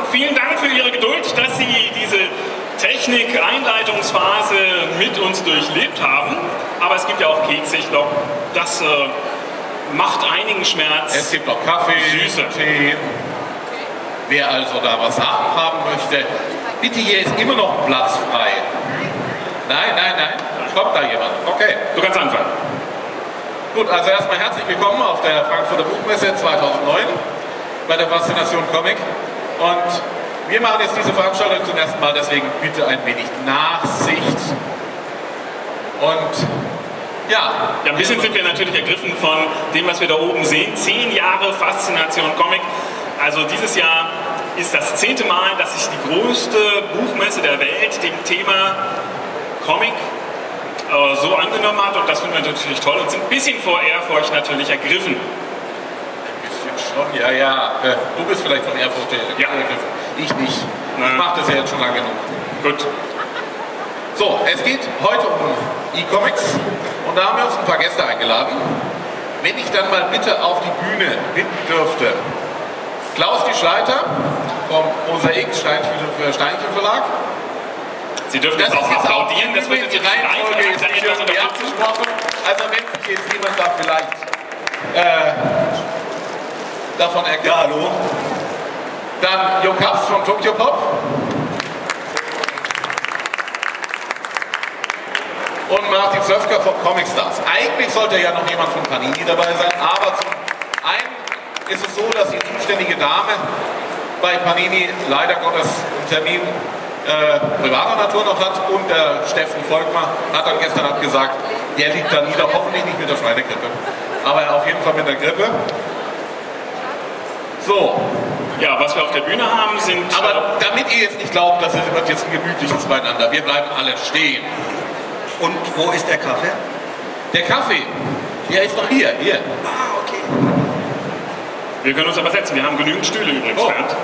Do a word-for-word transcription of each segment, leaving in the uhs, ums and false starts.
vielen Dank für Ihre Geduld, dass Sie diese Technik-Einleitungsphase mit uns durchlebt haben. Aber es gibt ja auch Kekse, ich glaube, das äh, macht einigen Schmerz. Es gibt auch Kaffee, Süße. Tee. Wer also da was haben möchte, bitte, hier ist immer noch Platz frei. Nein, nein, nein, kommt da jemand? Okay. Du kannst anfangen. Gut, also erstmal herzlich willkommen auf der Frankfurter Buchmesse zweitausendneun bei der Faszination Comic. Und wir machen jetzt diese Veranstaltung zum ersten Mal, deswegen bitte ein wenig Nachsicht. Und ja. Ja, ein bisschen sind wir natürlich ergriffen von dem, was wir da oben sehen. Zehn Jahre Faszination Comic. Also dieses Jahr ist das zehnte Mal, dass sich die größte Buchmesse der Welt dem Thema Comic äh, so angenommen hat. Und das finden wir natürlich toll und sind ein bisschen vor Ehrfurcht natürlich ergriffen. Ein bisschen schon, ja, ja. Du bist vielleicht von Ehrfurcht ja. ergriffen. Ich nicht. Na. Ich mache das ja jetzt schon lange genug. Gut. So, es geht heute um E-Comics und da haben wir uns ein paar Gäste eingeladen. Wenn ich dann mal bitte auf die Bühne bitten dürfte. Klaus die Schleiter vom Mosaik Steinchen für Steinchen Verlag. Sie dürfen das jetzt auch applaudieren, das wird jetzt die Reihenfolge ist nicht irgendwie abgesprochen. Also wenn sich jetzt jemand da vielleicht äh, davon erkennt. Ja, hallo. Dann Jo Kaps von Tokyo Pop. Und Martin Söfker von Comic Stars. Eigentlich sollte ja noch jemand von Panini dabei sein, aber zum einen ist es so, dass die zuständige Dame bei Panini leider Gottes einen Termin äh, privater Natur noch hat und der Steffen Volkmar hat dann gestern abgesagt, der liegt da nieder, hoffentlich nicht mit der Schweinegrippe, aber auf jeden Fall mit der Grippe. So. Ja, was wir auf der Bühne haben, sind... Aber damit ihr jetzt nicht glaubt, das wird jetzt ein gemütliches Beieinander, wir bleiben alle stehen. Und wo ist der Kaffee? Der Kaffee, der ist noch hier, hier. Ah, okay. Wir können uns aber setzen, wir haben genügend Stühle übrigens, Oh. Bernd.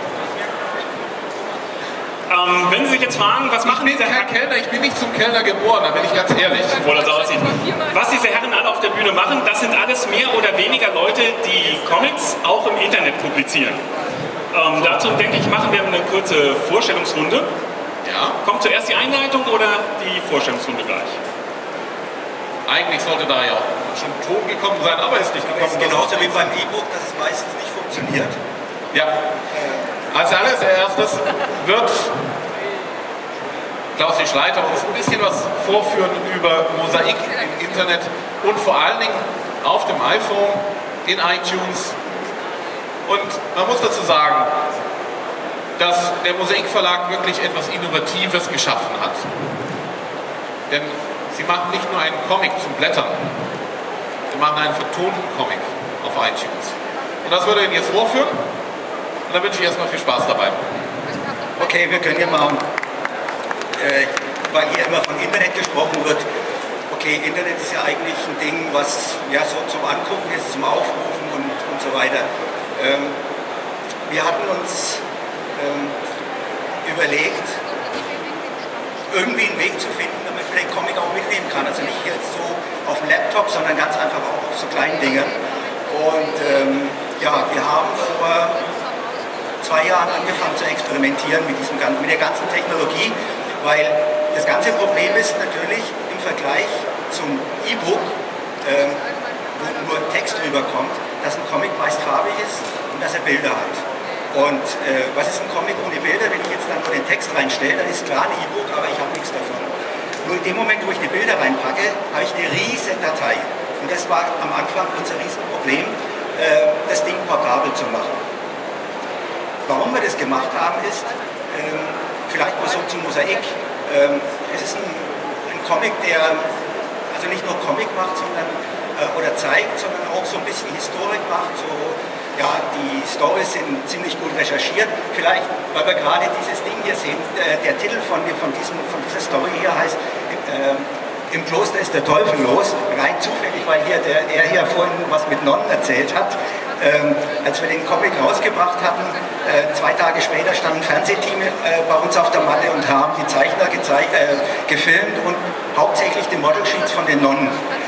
Ähm, wenn Sie sich jetzt fragen, was machen Ich bin diese kein Herren... Kellner, ich bin nicht zum Kellner geboren, da bin ich ganz ehrlich. Obwohl das so aussieht. Was diese Herren alle auf der Bühne machen, das sind alles mehr oder weniger Leute, die Comics auch im Internet publizieren. Ähm, dazu denke ich, machen wir eine kurze Vorstellungsrunde. Ja. Kommt zuerst die Einleitung oder die Vorstellungsrunde gleich? Eigentlich sollte da ja auch schon Ton gekommen sein, aber ist nicht gekommen. Das ist genauso wie beim E-Book, dass es meistens nicht funktioniert. Ja. Als allererstes wird Klaus die Schleiter uns ein bisschen was vorführen über Mosaik im Internet und vor allen Dingen auf dem iPhone, in iTunes. Und man muss dazu sagen, dass der Mosaik Verlag wirklich etwas Innovatives geschaffen hat. Denn sie machen nicht nur einen Comic zum Blättern, sie machen einen vertonten Comic auf iTunes. Und das würde ich Ihnen jetzt vorführen. Und dann wünsche ich erstmal viel Spaß dabei. Okay, wir können ja mal, äh, weil hier immer von Internet gesprochen wird. Okay, Internet ist ja eigentlich ein Ding, was ja so zum Angucken ist, zum Aufrufen und, und so weiter. Ähm, wir hatten uns ähm, überlegt, irgendwie einen Weg zu finden, damit man den Comic auch mitnehmen kann. Also nicht jetzt so auf dem Laptop, sondern ganz einfach auch auf so kleinen Dingen. Und ähm, ja, wir haben vor zwei Jahren angefangen zu experimentieren mit, diesem, mit der ganzen Technologie, weil das ganze Problem ist natürlich im Vergleich zum E-Book, ähm, wo nur Text rüberkommt, dass ein Comic meist farbig ist und dass er Bilder hat. Und äh, was ist ein Comic ohne Bilder? Wenn ich jetzt dann nur den Text reinstelle, dann ist klar ein E-Book, aber ich habe nichts davon. Nur in dem Moment, wo ich die Bilder reinpacke, habe ich eine riesen Datei. Und das war am Anfang unser Riesenproblem, äh, das Ding portabel zu machen. Warum wir das gemacht haben, ist, ähm, vielleicht mal so zum Mosaik, ähm, es ist ein, ein Comic, der also nicht nur Comic macht, sondern, äh, oder zeigt, sondern auch so ein bisschen Historik macht, so, ja, die Storys sind ziemlich gut recherchiert, vielleicht, weil wir gerade dieses Ding hier sehen, äh, der Titel von, von, diesem, von dieser Story hier heißt, äh, im Kloster ist der Teufel los, rein zufällig, weil hier der, er hier vorhin was mit Nonnen erzählt hat. Ähm, als wir den Comic rausgebracht hatten, äh, zwei Tage später standen ein Fernsehteam äh, bei uns auf der Matte und haben die Zeichner gezeigt, äh, gefilmt und hauptsächlich die Model Sheets von den Nonnen.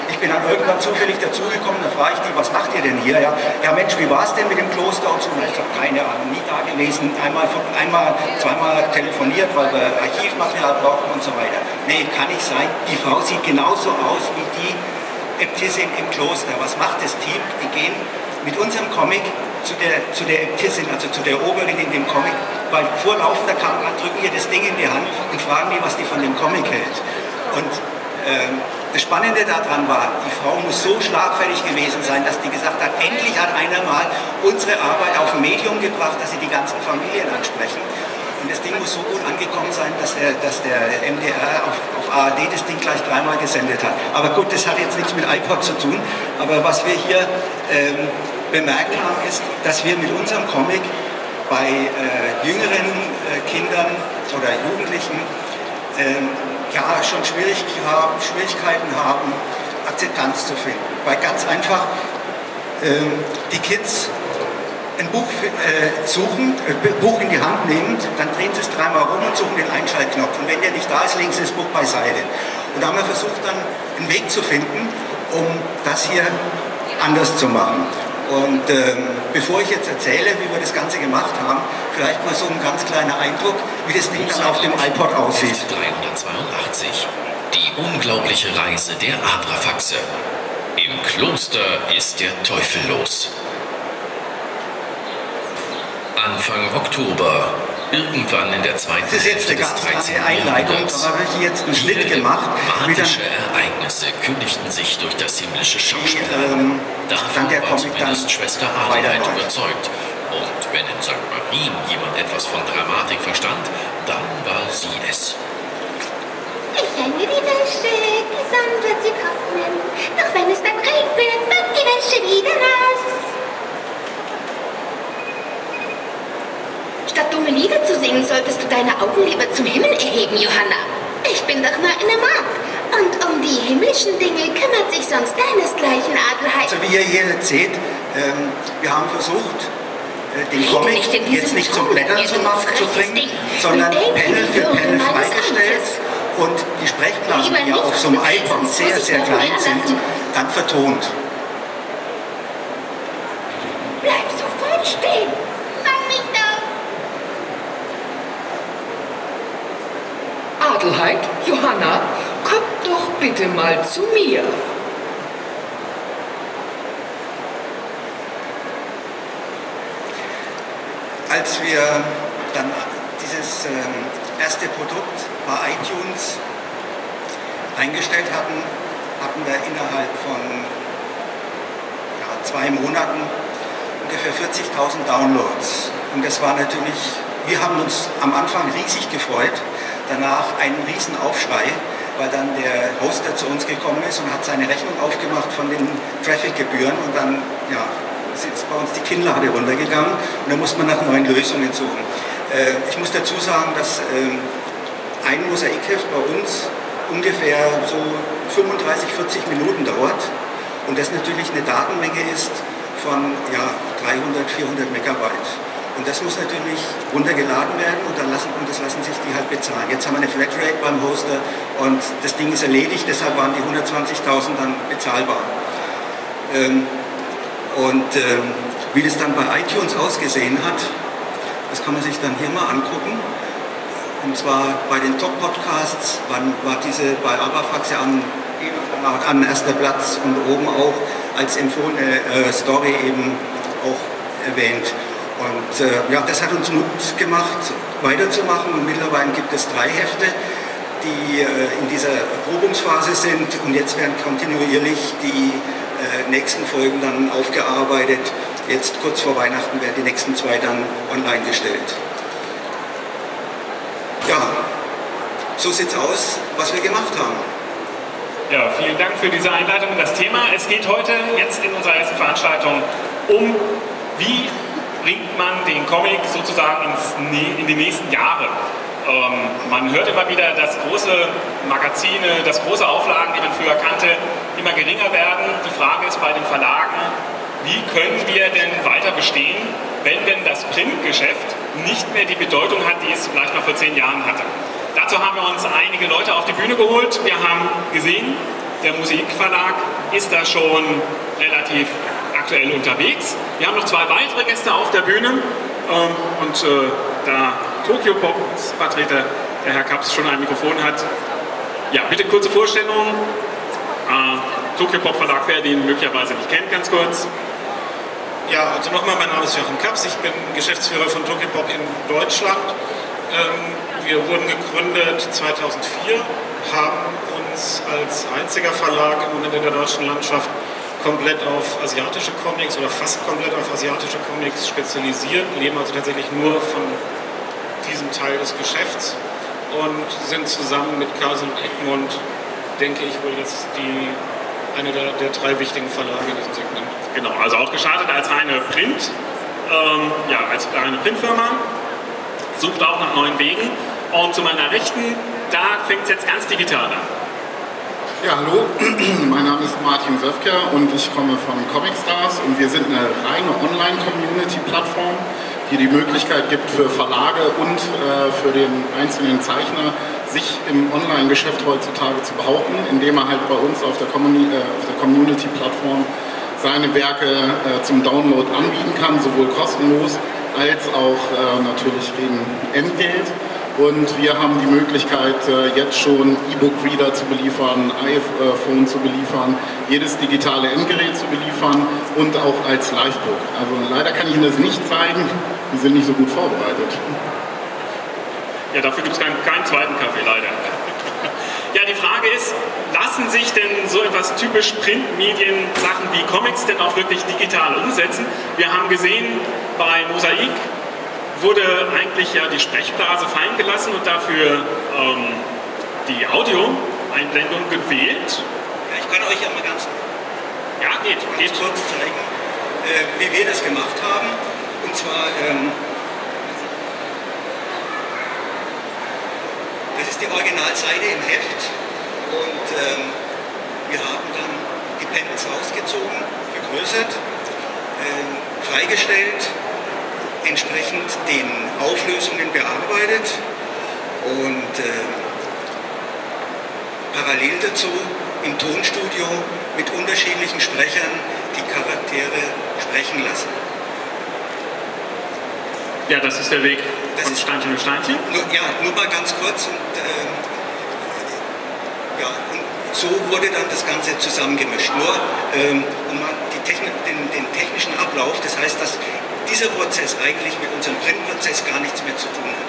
Ich bin dann irgendwann zufällig dazugekommen, da frage ich die, was macht ihr denn hier? Ja, ja Mensch, wie war es denn mit dem Kloster und so? Und ich habe keine Ahnung, nie da gewesen, einmal, einmal, zweimal telefoniert, weil wir Archivmaterial brauchten und so weiter. Nee, kann nicht sein. Die Frau sieht genauso aus wie die Äbtissin im Kloster. Was macht das Team? Die gehen mit unserem Comic zu der, zu der Äbtissin, also zu der Oberin in dem Comic, bei vorlaufender Kamera drücken ihr das Ding in die Hand und fragen die, was die von dem Comic hält. Und ähm, das Spannende daran war, die Frau muss so schlagfertig gewesen sein, dass die gesagt hat, endlich hat einer mal unsere Arbeit auf ein Medium gebracht, dass sie die ganzen Familien ansprechen. Und das Ding muss so gut angekommen sein, dass der, dass der M D R auf, auf A R D das Ding gleich dreimal gesendet hat. Aber gut, das hat jetzt nichts mit iPod zu tun. Aber was wir hier ähm, bemerkt haben, ist, dass wir mit unserem Comic bei äh, jüngeren äh, Kindern oder Jugendlichen ähm, ja, schon schwierig haben, Schwierigkeiten haben, Akzeptanz zu finden. Weil ganz einfach ähm, die Kids ein Buch äh, suchen, ein Buch in die Hand nehmen, dann drehen sie es dreimal rum und suchen den Einschaltknopf. Und wenn der nicht da ist, legen sie das Buch beiseite. Und da haben wir versucht, dann einen Weg zu finden, um das hier anders zu machen. Und ähm, bevor ich jetzt erzähle, wie wir das Ganze gemacht haben, vielleicht mal so ein ganz kleiner Eindruck, wie das Ding dann auf dem iPod aussieht. dreihundertzweiundachtzig. Die unglaubliche Reise der Abrafaxe. Im Kloster ist der Teufel los. Anfang Oktober, irgendwann in der zweiten Das ist jetzt eine ganz lange Einleitung, da habe ich jetzt einen Schnitt gemacht. Dramatische Ereignisse kündigten sich durch das himmlische Schauspiel ähm, an. Davon der war Comic zumindest dann Schwester Adelheid weiterläuft. überzeugt. Und wenn in Sankt Marien jemand etwas von Dramatik verstand, dann war sie es. Ich hänge die Wäsche, die Sonne wird sie trocknen. Doch wenn es dann regnet, wird die Wäsche wieder nass. Statt dumme Lieder zu singen, solltest du deine Augen lieber zum Himmel erheben, Johanna. Ich bin doch nur eine Magd. Und um die himmlischen Dinge kümmert sich sonst deinesgleichen Adelheid. Also wie ihr hier jetzt seht, ähm, wir haben versucht, äh, den Comic nicht in diesem jetzt nicht zum Ton, Blättern ihr zu, dummes machen, zu freches bringen, Ding. sondern Bedenke Panel die für Würde Panel meines freigestellt Amtes. und die Sprechblasen, Lieber die ja nicht, auf so einem iPod sonst sehr, muss ich sehr noch klein mehr sind, lachen. dann vertont. Bleib sofort stehen. Fang mich doch. Adelheid, Johanna, kommt doch bitte mal zu mir. Als wir dann dieses ähm, erste Produkt bei iTunes eingestellt hatten, hatten wir innerhalb von ja, zwei Monaten ungefähr vierzigtausend Downloads. Und das war natürlich, wir haben uns am Anfang riesig gefreut, danach einen riesen Aufschrei, weil dann der Hoster zu uns gekommen ist und hat seine Rechnung aufgemacht von den Traffic-Gebühren und dann ja, ist jetzt bei uns die Kinnlade runtergegangen und da muss man nach neuen Lösungen suchen. Äh, ich muss dazu sagen, dass äh, ein Mosaikheft bei uns ungefähr so fünfunddreißig, vierzig Minuten dauert und das natürlich eine Datenmenge ist von ja, dreihundert, vierhundert Megabyte. Und das muss natürlich runtergeladen werden und, dann lassen, und das lassen sich die halt bezahlen. Jetzt haben wir eine Flatrate beim Hoster und das Ding ist erledigt, deshalb waren die hundertzwanzigtausend dann bezahlbar. Ähm, und ähm, wie das dann bei iTunes ausgesehen hat, das kann man sich dann hier mal angucken. Und zwar bei den Top-Podcasts war, war diese bei Abrafaxe an, an erster Platz und oben auch als empfohlene äh, Story eben auch erwähnt. Und äh, ja, das hat uns Mut gemacht, weiterzumachen und mittlerweile gibt es drei Hefte, die äh, in dieser Erprobungsphase sind und jetzt werden kontinuierlich die äh, nächsten Folgen dann aufgearbeitet. Jetzt kurz vor Weihnachten werden die nächsten zwei dann online gestellt. Ja, so sieht's aus, was wir gemacht haben. Ja, vielen Dank für diese Einleitung in das Thema. Es geht heute jetzt in unserer ersten Veranstaltung um, wie bringt man den Comic sozusagen ins, in die nächsten Jahre. Ähm, man hört immer wieder, dass große Magazine, dass große Auflagen, die man früher kannte, immer geringer werden. Die Frage ist bei den Verlagen, wie können wir denn weiter bestehen, wenn denn das Printgeschäft nicht mehr die Bedeutung hat, die es vielleicht noch vor zehn Jahren hatte. Dazu haben wir uns einige Leute auf die Bühne geholt. Wir haben gesehen, der Mosaik Verlag ist da schon relativ aktuell unterwegs. Wir haben noch zwei weitere Gäste auf der Bühne ähm, und äh, da Tokyo Pop Vertreter, der Herr Kaps, schon ein Mikrofon hat. Ja, bitte kurze Vorstellung. Äh, Tokyo Pop Verlag, wer den möglicherweise nicht kennt, ganz kurz. Ja, also nochmal, mein Name ist Jochen Kaps, ich bin Geschäftsführer von Tokyo Pop in Deutschland. Ähm, wir wurden gegründet zweitausendvier, haben uns als einziger Verlag im Moment in der deutschen Landschaft komplett auf asiatische Comics oder fast komplett auf asiatische Comics spezialisiert, leben also tatsächlich nur von diesem Teil des Geschäfts und sind zusammen mit Kasel und Egmont, denke ich, wohl jetzt die, eine der, der drei wichtigen Verlage in diesem Segment. Genau, also auch gestartet als reine Print, ähm, ja, als reine Printfirma, sucht auch nach neuen Wegen und zu meiner Rechten, da fängt es jetzt ganz digital an. Ja, hallo, mein Name ist Martin Söfker und ich komme von Comic Stars und wir sind eine reine Online-Community-Plattform, die die Möglichkeit gibt für Verlage und äh, für den einzelnen Zeichner, sich im Online-Geschäft heutzutage zu behaupten, indem er halt bei uns auf der, Communi- äh, auf der Community-Plattform seine Werke äh, zum Download anbieten kann, sowohl kostenlos als auch äh, natürlich gegen Entgelt. Und wir haben die Möglichkeit, äh, jetzt schon E-Book-Reader zu beliefern, iPhone zu beliefern, jedes digitale Endgerät zu beliefern und auch als Livebook. Also leider kann ich Ihnen das nicht zeigen, wir sind nicht so gut vorbereitet. Ja, dafür gibt es keinen, keinen zweiten Kaffee, leider. Ja, die Frage ist, lassen sich denn so etwas typisch Printmedien, Sachen wie Comics denn auch wirklich digital umsetzen? Wir haben gesehen, bei Mosaik wurde eigentlich ja die Sprechblase fallen gelassen und dafür ähm, die Audioeinblendung gewählt. Ja, ich kann euch ja mal ganz, ja, geht, ganz geht. kurz zeigen, äh, wie wir das gemacht haben. Und zwar, ähm, das ist die Originalseite im Heft und ähm, wir haben dann die Panels rausgezogen, vergrößert, äh, freigestellt, entsprechend den Auflösungen bearbeitet und äh, parallel dazu im Tonstudio mit unterschiedlichen Sprechern die Charaktere sprechen lassen. Ja, das ist der Weg Das von ist- Steinchen und Steinchen. Nur, ja, nur mal ganz kurz und ähm, ja, und so wurde dann das Ganze zusammengemischt. Nur ähm, um mal die Techni den, den technischen Ablauf, das heißt, dass dieser Prozess eigentlich mit unserem Printprozess gar nichts mehr zu tun hat.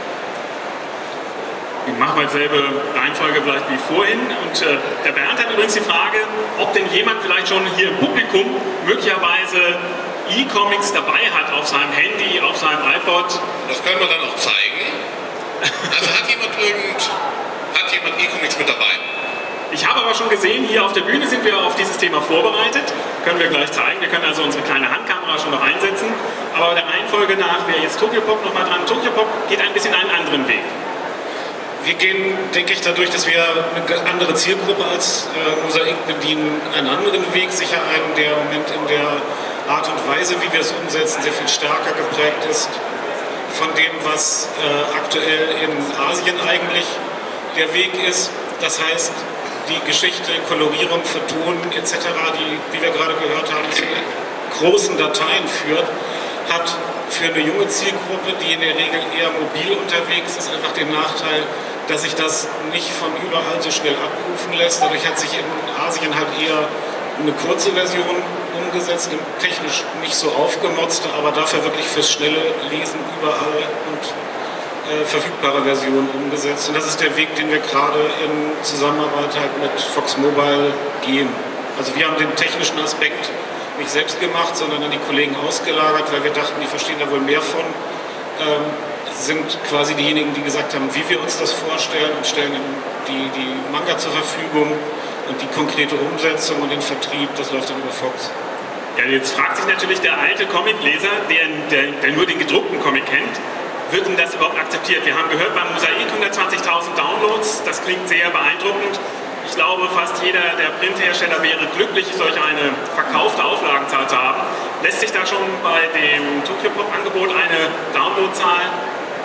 Wir machen wir selbe Reihenfolge vielleicht wie vorhin. Und äh, der Bernd hat übrigens die Frage, ob denn jemand vielleicht schon hier im Publikum möglicherweise E-Comics dabei hat auf seinem Handy, auf seinem iPod. Das können wir dann auch zeigen. Also hat jemand irgend, hat jemand E-Comics mit dabei? Ich habe aber schon gesehen, hier auf der Bühne sind wir auf dieses Thema vorbereitet. Können wir gleich zeigen. Wir können also unsere kleine Handkamera schon noch einsetzen. Aber der Reihenfolge nach wäre jetzt Tokyo Pop nochmal dran. Tokyo Pop geht ein bisschen einen anderen Weg. Wir gehen, denke ich, dadurch, dass wir eine andere Zielgruppe als äh, Mosaik bedienen, einen anderen Weg sicher ein, der im Moment in der Art und Weise, wie wir es umsetzen, sehr viel stärker geprägt ist von dem, was äh, aktuell in Asien eigentlich der Weg ist. Das heißt, die Geschichte, Kolorierung, Vertonen et cetera, die, wie wir gerade gehört haben, zu großen Dateien führt, hat für eine junge Zielgruppe, die in der Regel eher mobil unterwegs ist, einfach den Nachteil, dass sich das nicht von überall so schnell abrufen lässt. Dadurch hat sich in Asien halt eher eine kurze Version umgesetzt, eine technisch nicht so aufgemotzte, aber dafür wirklich fürs schnelle Lesen überall und äh, verfügbare Version umgesetzt. Und das ist der Weg, den wir gerade in Zusammenarbeit halt mit Fox Mobile gehen. Also wir haben den technischen Aspekt nicht selbst gemacht, sondern an die Kollegen ausgelagert, weil wir dachten, die verstehen da wohl mehr von, ähm, sind quasi diejenigen, die gesagt haben, wie wir uns das vorstellen und stellen die, die Manga zur Verfügung und die konkrete Umsetzung und den Vertrieb, das läuft dann über Fox. Ja, jetzt fragt sich natürlich der alte Comicleser, der, der, der nur den gedruckten Comic kennt, wird denn das überhaupt akzeptiert? Wir haben gehört, beim Mosaik hundertzwanzigtausend Downloads, das klingt sehr beeindruckend. Ich glaube, fast jeder der Printhersteller wäre glücklich, solch eine verkaufte Auflagenzahl zu haben. Lässt sich da schon bei dem Tokyo Pop Angebot eine Downloadzahl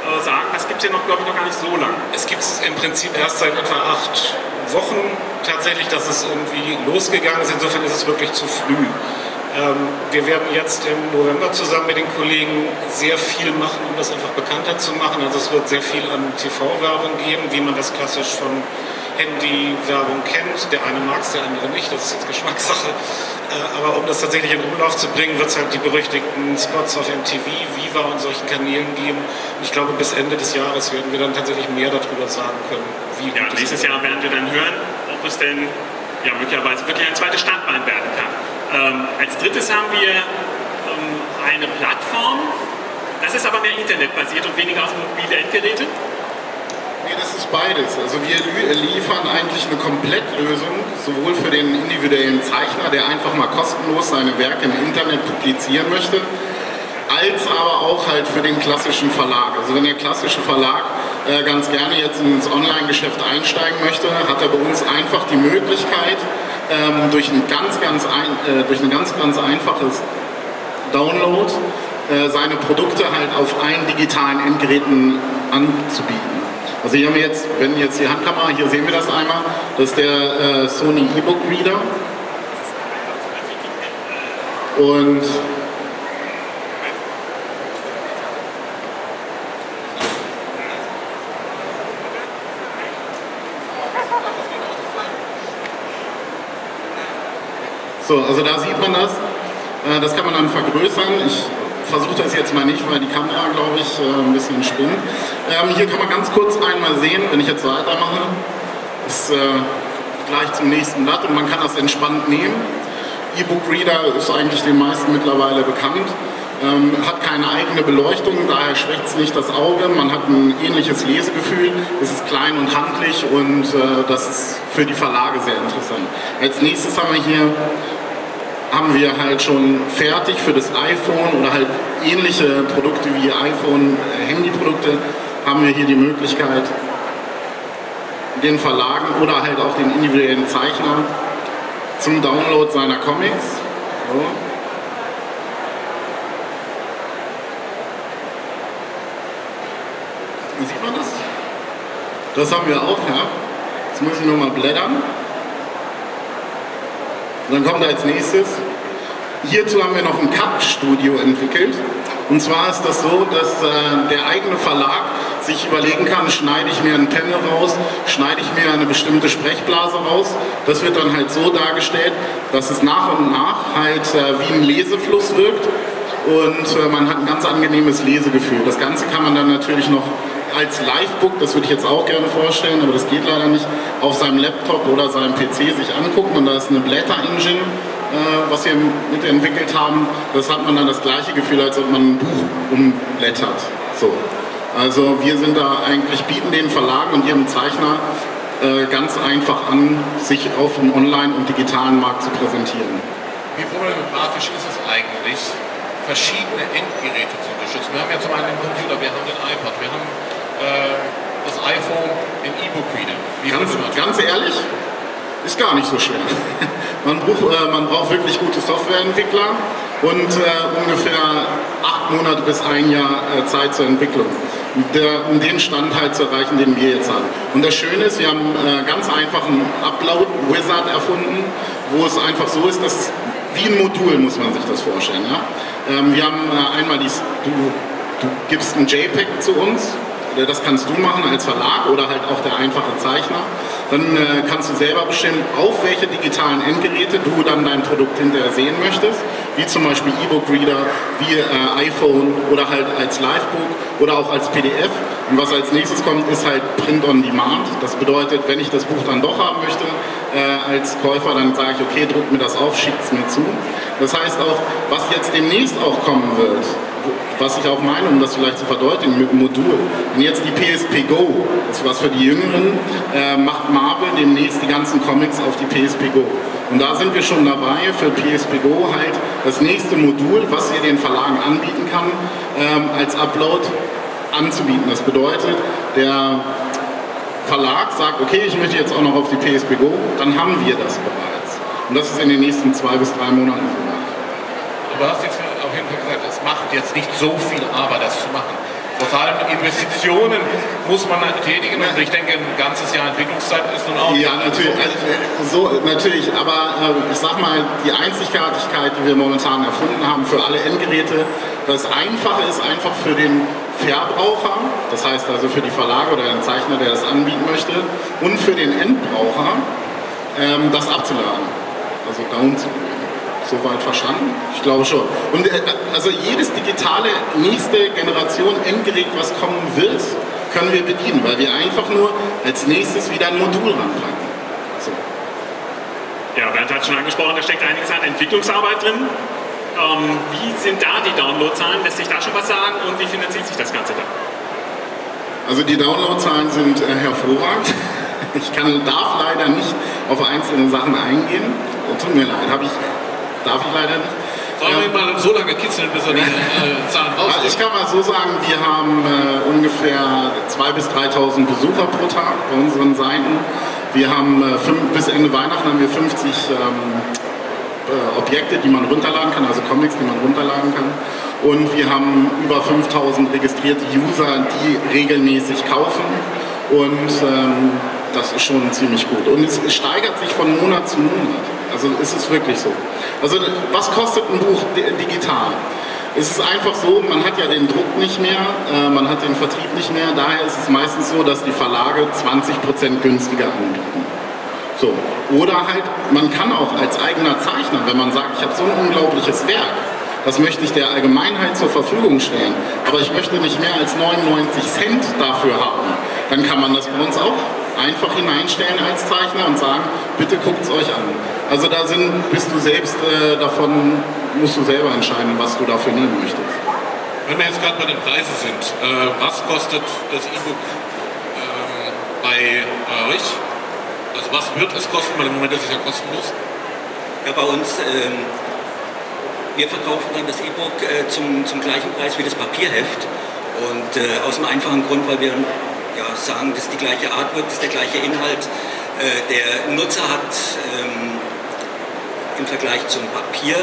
äh, sagen, das gibt es ja noch, glaube ich, noch gar nicht so lange. Es gibt es im Prinzip erst seit etwa acht Wochen tatsächlich, dass es irgendwie losgegangen ist. Insofern ist es wirklich zu früh. Ähm, wir werden jetzt im November zusammen mit den Kollegen sehr viel machen, um das einfach bekannter zu machen. Also es wird sehr viel an T V-Werbung geben, wie man das klassisch von Handy-Werbung kennt. Der eine mag es, der andere nicht, das ist jetzt Geschmackssache. Äh, aber um das tatsächlich in Umlauf zu bringen, wird es halt die berüchtigten Spots auf M T V, Viva und solchen Kanälen geben. Und ich glaube, bis Ende des Jahres werden wir dann tatsächlich mehr darüber sagen können, wie ja, nächstes Jahr werden wir dann hören, ob es denn ja, möglicherweise wirklich ein zweites Standbein werden kann. Ähm, als drittes haben wir ähm, eine Plattform, das ist aber mehr internetbasiert und weniger auf mobile Endgeräte. Nee, das ist beides. Also wir liefern eigentlich eine Komplettlösung, sowohl für den individuellen Zeichner, der einfach mal kostenlos seine Werke im Internet publizieren möchte, als aber auch halt für den klassischen Verlag. Also wenn der klassische Verlag äh, ganz gerne jetzt ins Online-Geschäft einsteigen möchte, hat er bei uns einfach die Möglichkeit, ähm, durch ein ganz, ganz, ein, äh, durch ein ganz, ganz einfaches Download äh, seine Produkte halt auf allen digitalen Endgeräten anzubieten. Also hier haben wir jetzt, wenn jetzt die Handkamera, hier sehen wir das einmal, das ist der äh, Sony E-Book Reader. Und so, also da sieht man das. Äh, das kann man dann vergrößern. Ich versuche das jetzt mal nicht, weil die Kamera, glaube ich, ein bisschen spinnt. Ähm, hier kann man ganz kurz einmal sehen, wenn ich jetzt weitermache, ist äh, gleich zum nächsten Blatt und man kann das entspannt nehmen. E-Book Reader ist eigentlich den meisten mittlerweile bekannt, ähm, hat keine eigene Beleuchtung, daher schwächt es nicht das Auge, man hat ein ähnliches Lesegefühl, es ist klein und handlich und äh, das ist für die Verlage sehr interessant. Als nächstes haben wir hier haben wir halt schon fertig für das iPhone oder halt ähnliche Produkte wie iPhone, äh, Handyprodukte, haben wir hier die Möglichkeit, den Verlagen oder halt auch den individuellen Zeichner zum Download seiner Comics. So. Sieht man das? Das haben wir auch, ja. Jetzt muss ich nur mal blättern. Und dann kommt als nächstes, hierzu haben wir noch ein Cut-Studio entwickelt. Und zwar ist das so, dass äh, der eigene Verlag sich überlegen kann, schneide ich mir einen Panel raus, schneide ich mir eine bestimmte Sprechblase raus. Das wird dann halt so dargestellt, dass es nach und nach halt äh, wie ein Lesefluss wirkt und äh, man hat ein ganz angenehmes Lesegefühl. Das Ganze kann man dann natürlich noch als Livebook, das würde ich jetzt auch gerne vorstellen, aber das geht leider nicht, auf seinem Laptop oder seinem P C sich angucken und da ist eine Blätter-Engine, äh, was wir mitentwickelt haben. Das hat man dann das gleiche Gefühl, als ob man ein Buch umblättert. So. Also wir sind da eigentlich, bieten den Verlagen und ihrem Zeichner äh, ganz einfach an, sich auf dem Online- und digitalen Markt zu präsentieren. Wie problematisch ist es eigentlich, verschiedene Endgeräte zu unterstützen? Wir haben ja zum einen den Computer, wir haben den iPad, wir haben das iPhone, den E-Book Reader. Wie ganz, ganz ehrlich, ist gar nicht so schwer. Man braucht, äh, man braucht wirklich gute Softwareentwickler und äh, ungefähr acht Monate bis ein Jahr äh, Zeit zur Entwicklung, der, um den Stand halt zu erreichen, den wir jetzt haben. Und das Schöne ist, wir haben äh, ganz einfach einen Upload-Wizard erfunden, wo es einfach so ist, dass wie ein Modul muss man sich das vorstellen. Ja? Ähm, wir haben äh, einmal die, du, du gibst ein JPEG zu uns. Das kannst du machen als Verlag oder halt auch der einfache Zeichner. Dann äh, kannst du selber bestimmen, auf welche digitalen Endgeräte du dann dein Produkt hinterher sehen möchtest, wie zum Beispiel E-Book Reader, wie äh, iPhone oder halt als Livebook oder auch als P D F. Und was als nächstes kommt, ist halt Print on Demand. Das bedeutet, wenn ich das Buch dann doch haben möchte, äh, als Käufer, dann sage ich, okay, druck mir das auf, schickt es mir zu. Das heißt auch, was jetzt demnächst auch kommen wird, was ich auch meine, um das vielleicht zu verdeutlichen mit dem Modul. Wenn jetzt die P S P Go, das ist was für die Jüngeren, äh, macht Marvel demnächst die ganzen Comics auf die P S P Go. Und da sind wir schon dabei, für P S P Go halt das nächste Modul, was ihr den Verlagen anbieten kann, ähm, als Upload anzubieten. Das bedeutet, der Verlag sagt, okay, ich möchte jetzt auch noch auf die P S P Go, dann haben wir das bereits. Und das ist in den nächsten zwei bis drei Monaten soweit. Du hast jetzt auf jeden Fall gesagt, es macht jetzt nicht so viel Arbeit, das zu machen. Vor allem Investitionen muss man tätigen und ich denke, ein ganzes Jahr Entwicklungszeit ist nun auch... Ja, natürlich, also, so, natürlich, aber äh, ich sag mal, die Einzigartigkeit, die wir momentan erfunden haben für alle Endgeräte, das Einfache ist einfach für den Verbraucher, das heißt also für die Verlage oder den Zeichner, der das anbieten möchte, und für den Endbraucher, ähm, das abzuladen, also downzuladen. Soweit verstanden? Ich glaube schon. Und äh, also jedes digitale nächste Generation Endgerät, was kommen wird, können wir bedienen, weil wir einfach nur als nächstes wieder ein Modul ranpacken. So. Ja, Bernd hat schon angesprochen, da steckt einiges an Entwicklungsarbeit drin. Ähm, wie sind da die Downloadzahlen? Lässt sich da schon was sagen? Und wie finanziert sich das Ganze da? Also die Downloadzahlen sind äh, hervorragend. Ich kann, darf leider nicht auf einzelne Sachen eingehen. Tut mir leid, habe ich Darf ich leider nicht. Sollen wir mal so lange kitzeln, bis er die äh, Zahlen rauskommt? Ich kann mal so sagen, wir haben äh, ungefähr zweitausend bis dreitausend Besucher pro Tag bei unseren Seiten. Wir haben äh, fünf, bis Ende Weihnachten haben wir fünfzig ähm, äh, Objekte, die man runterladen kann, also Comics, die man runterladen kann. Und wir haben über fünftausend registrierte User, die regelmäßig kaufen. Und ähm, das ist schon ziemlich gut. Und es, es steigert sich von Monat zu Monat. Also ist es wirklich so. Also was kostet ein Buch digital? Es ist einfach so, man hat ja den Druck nicht mehr, äh, man hat den Vertrieb nicht mehr. Daher ist es meistens so, dass die Verlage zwanzig Prozent günstiger anbieten. So. Oder halt, man kann auch als eigener Zeichner, wenn man sagt, ich habe so ein unglaubliches Werk, das möchte ich der Allgemeinheit zur Verfügung stellen, aber ich möchte nicht mehr als neunundneunzig Cent dafür haben, dann kann man das bei uns auch einfach hineinstellen als Zeichner und sagen, bitte guckt es euch an. Also da sind, bist du selbst äh, davon, musst du selber entscheiden, was du dafür nehmen möchtest. Wenn wir jetzt gerade bei den Preisen sind, äh, was kostet das E-Book äh, bei, bei euch? Also was wird es kosten? Weil im Moment ist es ja kostenlos. Ja, bei uns, ähm, wir verkaufen dann das E-Book äh, zum, zum gleichen Preis wie das Papierheft. Und äh, aus dem einfachen Grund, weil wir ja, sagen, das ist die gleiche Artwork, das ist der gleiche Inhalt. Äh, der Nutzer hat ähm, im Vergleich zum Papierheft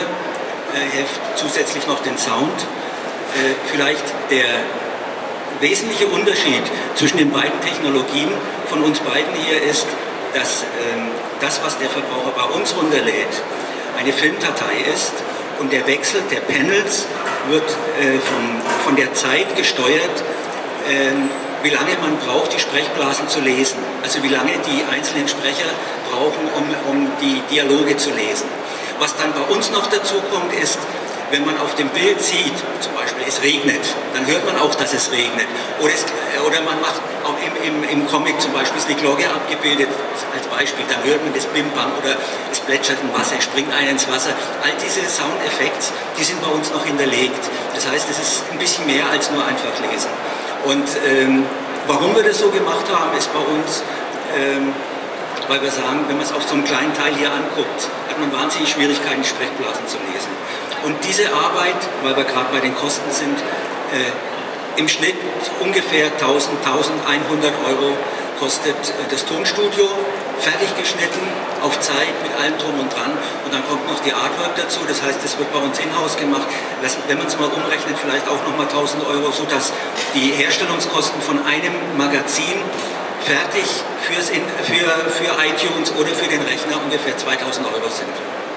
zusätzlich noch den Sound. Äh, vielleicht der wesentliche Unterschied zwischen den beiden Technologien von uns beiden hier ist, dass ähm, das, was der Verbraucher bei uns runterlädt, eine Filmdatei ist und der Wechsel der Panels wird äh, von, von der Zeit gesteuert, äh, wie lange man braucht, die Sprechblasen zu lesen. Also wie lange die einzelnen Sprecher brauchen, um, um die Dialoge zu lesen. Was dann bei uns noch dazu kommt, ist, wenn man auf dem Bild sieht, zum Beispiel es regnet, dann hört man auch, dass es regnet. Oder, es, oder man macht auch im, im, im Comic zum Beispiel ist eine Glocke abgebildet, als Beispiel, dann hört man das Bimbam oder es plätschert ein Wasser, springt einer ins Wasser. All diese Soundeffekte, die sind bei uns noch hinterlegt. Das heißt, es ist ein bisschen mehr als nur einfach lesen. Und ähm, warum wir das so gemacht haben, ist bei uns, ähm, weil wir sagen, wenn man es auf so einem kleinen Teil hier anguckt, hat man wahnsinnig Schwierigkeiten, die Sprechblasen zu lesen. Und diese Arbeit, weil wir gerade bei den Kosten sind, äh, im Schnitt ungefähr tausend, tausendeinhundert Euro kostet äh, das Tonstudio, fertig geschnitten, auf Zeit, mit allem drum und dran. Und dann kommt noch die Artwork dazu, das heißt, das wird bei uns in-house gemacht. Das, wenn man es mal umrechnet, vielleicht auch nochmal tausend Euro, sodass die Herstellungskosten von einem Magazin fertig fürs in, für, für iTunes oder für den Rechner ungefähr zweitausend Euro sind.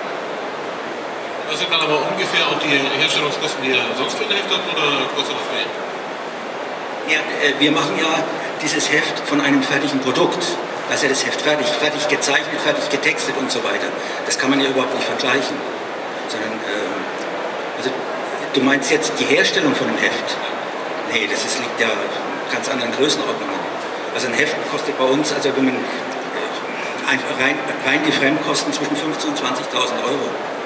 Das sind dann aber ungefähr auch die Herstellungskosten, die ihr sonst für ein Heft habt, oder kostet das mehr? Ja, äh, wir machen ja dieses Heft von einem fertigen Produkt. Da ist ja das Heft fertig, fertig gezeichnet, fertig getextet und so weiter. Das kann man ja überhaupt nicht vergleichen. Sondern, äh, also, du meinst jetzt die Herstellung von einem Heft? Nee, das ist, liegt ja in ganz anderen Größenordnungen. Also ein Heft kostet bei uns, also wenn man äh, rein, rein die Fremdkosten zwischen fünfzehntausend und zwanzigtausend Euro.